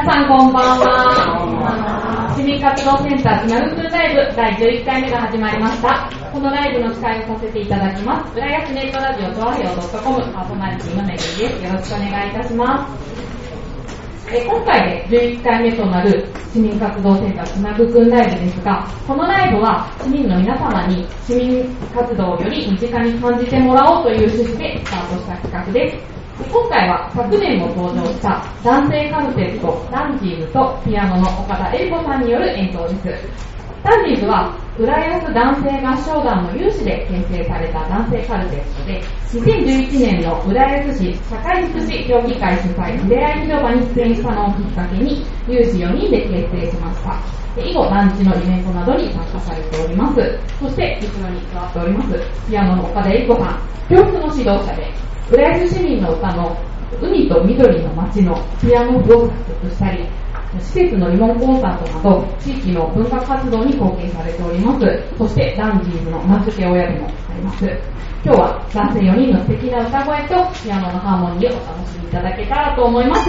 皆さんこんばんは。市民活動センターつなぐくんライブ第11回目が始まりました。このライブの司会をさせていただきます。浦安ネットラジオとわへよ .com パーソナリティのめぐりです。よろしくお願いいたします。今回で11回目となる市民活動センターつなぐくんライブですが、このライブは市民の皆様に市民活動をより身近に感じてもらおうという趣旨でスタートした企画です。今回は昨年も登場した男性カルテットダンジーズとピアノの岡田恵理子さんによる演奏です。ダンジーズは浦安男性合唱団の有志で結成された男性カルテットで、2011年の浦安市社会福祉協議会主催ふれあい広場に出演したのをきっかけに有志4人で結成しました。以後団地のイベントなどに参加されております。そして後ろに座っておりますピアノの岡田恵理子さん、教室の指導者で浦安市民の歌の海と緑の街のピアノ部を作曲したり、施設の慰問コンサートなど地域の文化活動に貢献されております。そしてダンジーズの名付け親でもあります。今日は男性4人の素敵な歌声とピアノのハーモニーをお楽しみいただけたらと思います。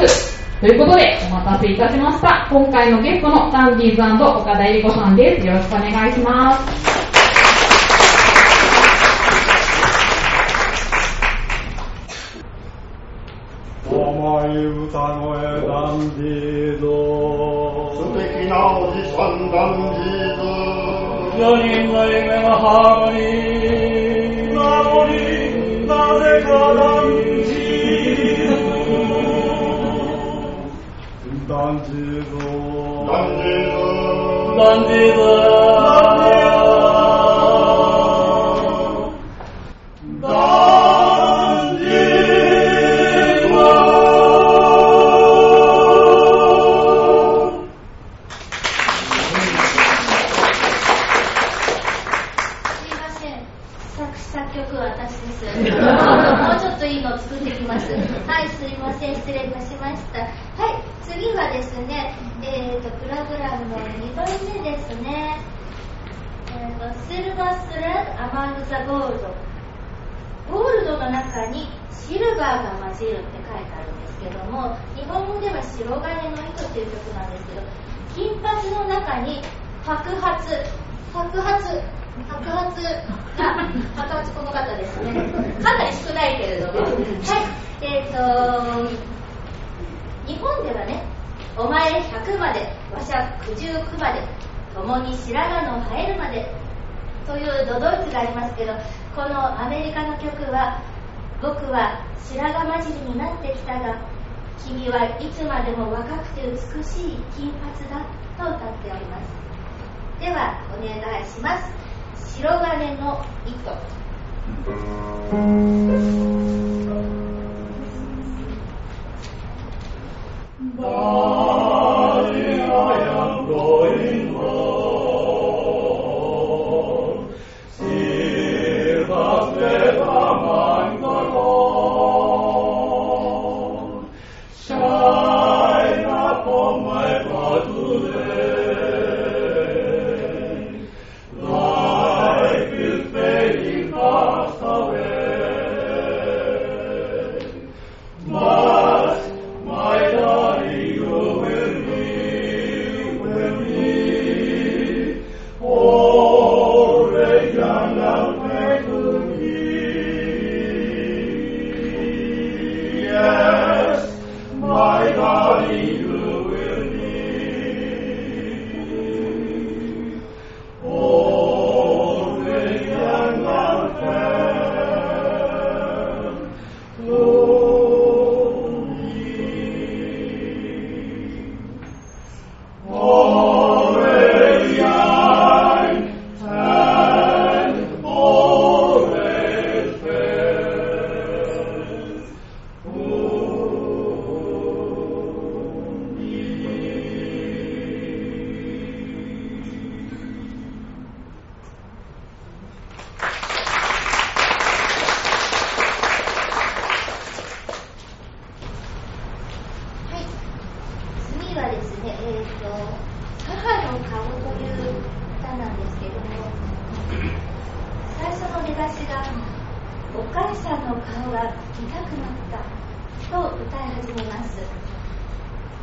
ということでお待たせいたしました。今回のゲストのダンジーズ&岡田恵理子さんです。よろしくお願いします。 甘い歌声ダンジーズ、 素敵なおじさんダンジーズ、 4人の夢のハーモニー、なのになぜかダンジーズ、ダンジーズ、 ダンジーズ、 ダンジーズ、 ゴールドの中にシルバーが混じるって書いてあるんですけども、日本語では白金の糸という曲なんですけど、金髪の中に白髪この方ですね。かなり少ないけれども、はい、日本ではね、お前100まで、わしゃ99まで、共に白髪の生えるまでという都々逸がありますけど、このアメリカの曲は、僕は白髪混じりになってきたが、君はいつまでも若くて美しい金髪だと歌っております。ではお願いします。白金の糸。と歌い始めます。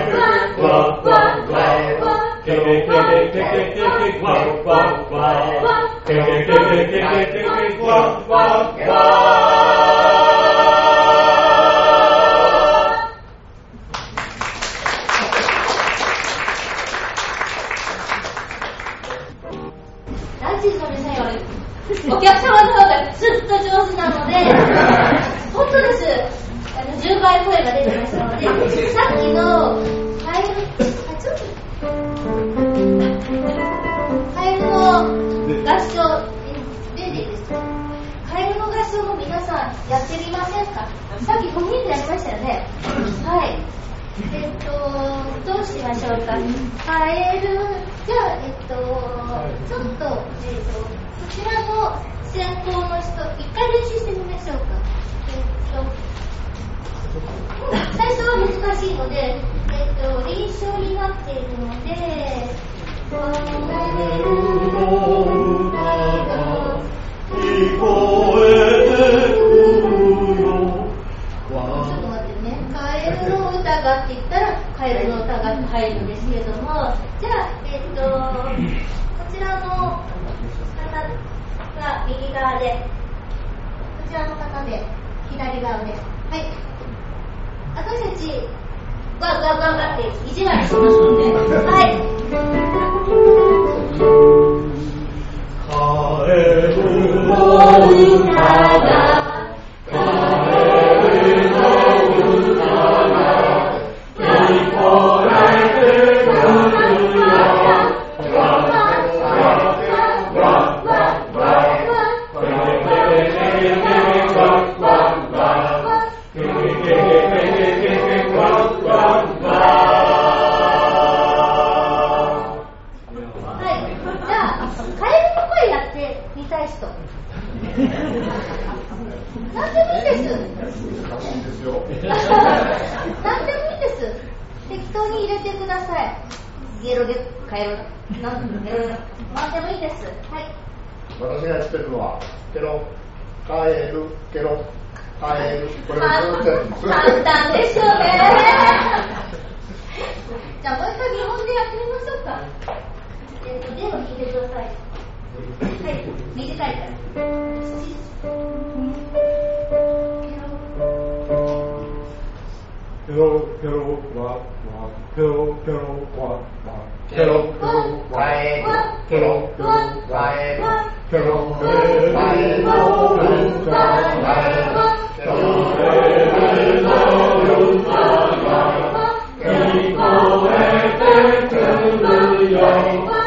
ランチの皆さんよりお客様の方がずっと上手なので本当です。10倍声が出てましたので、さっきのカエルのカエルの合唱も皆さんやってみませんか？さっき5人でやりましたよね。はい。どうしましょうか。カエル、じゃあ、ちょっと、こちらの先行の人、一回練習してみましょうか。最初は難しいので、臨床になっているので、カエルの歌が聞こえてくるよ。ちょっと待ってね。カエルの歌がって言ったら、カエルの歌が入るんですけれども、じゃあ、こちらの方が右側で、こちらの方で左側で、はい。私たち、わって意地悪しますので、はい。 カエルの歌が私がやってるのはケロカエルケロカエルこれをずっとやってます。 簡単ですよね。じゃあもう一回日本でやってみましょうか。弦を弾いてください。はい、短いから。 ケロケロワワケロケロワワケロケロワエケロケロワエケロケロワエの歌がケロケロの歌が聞こえてくるよ。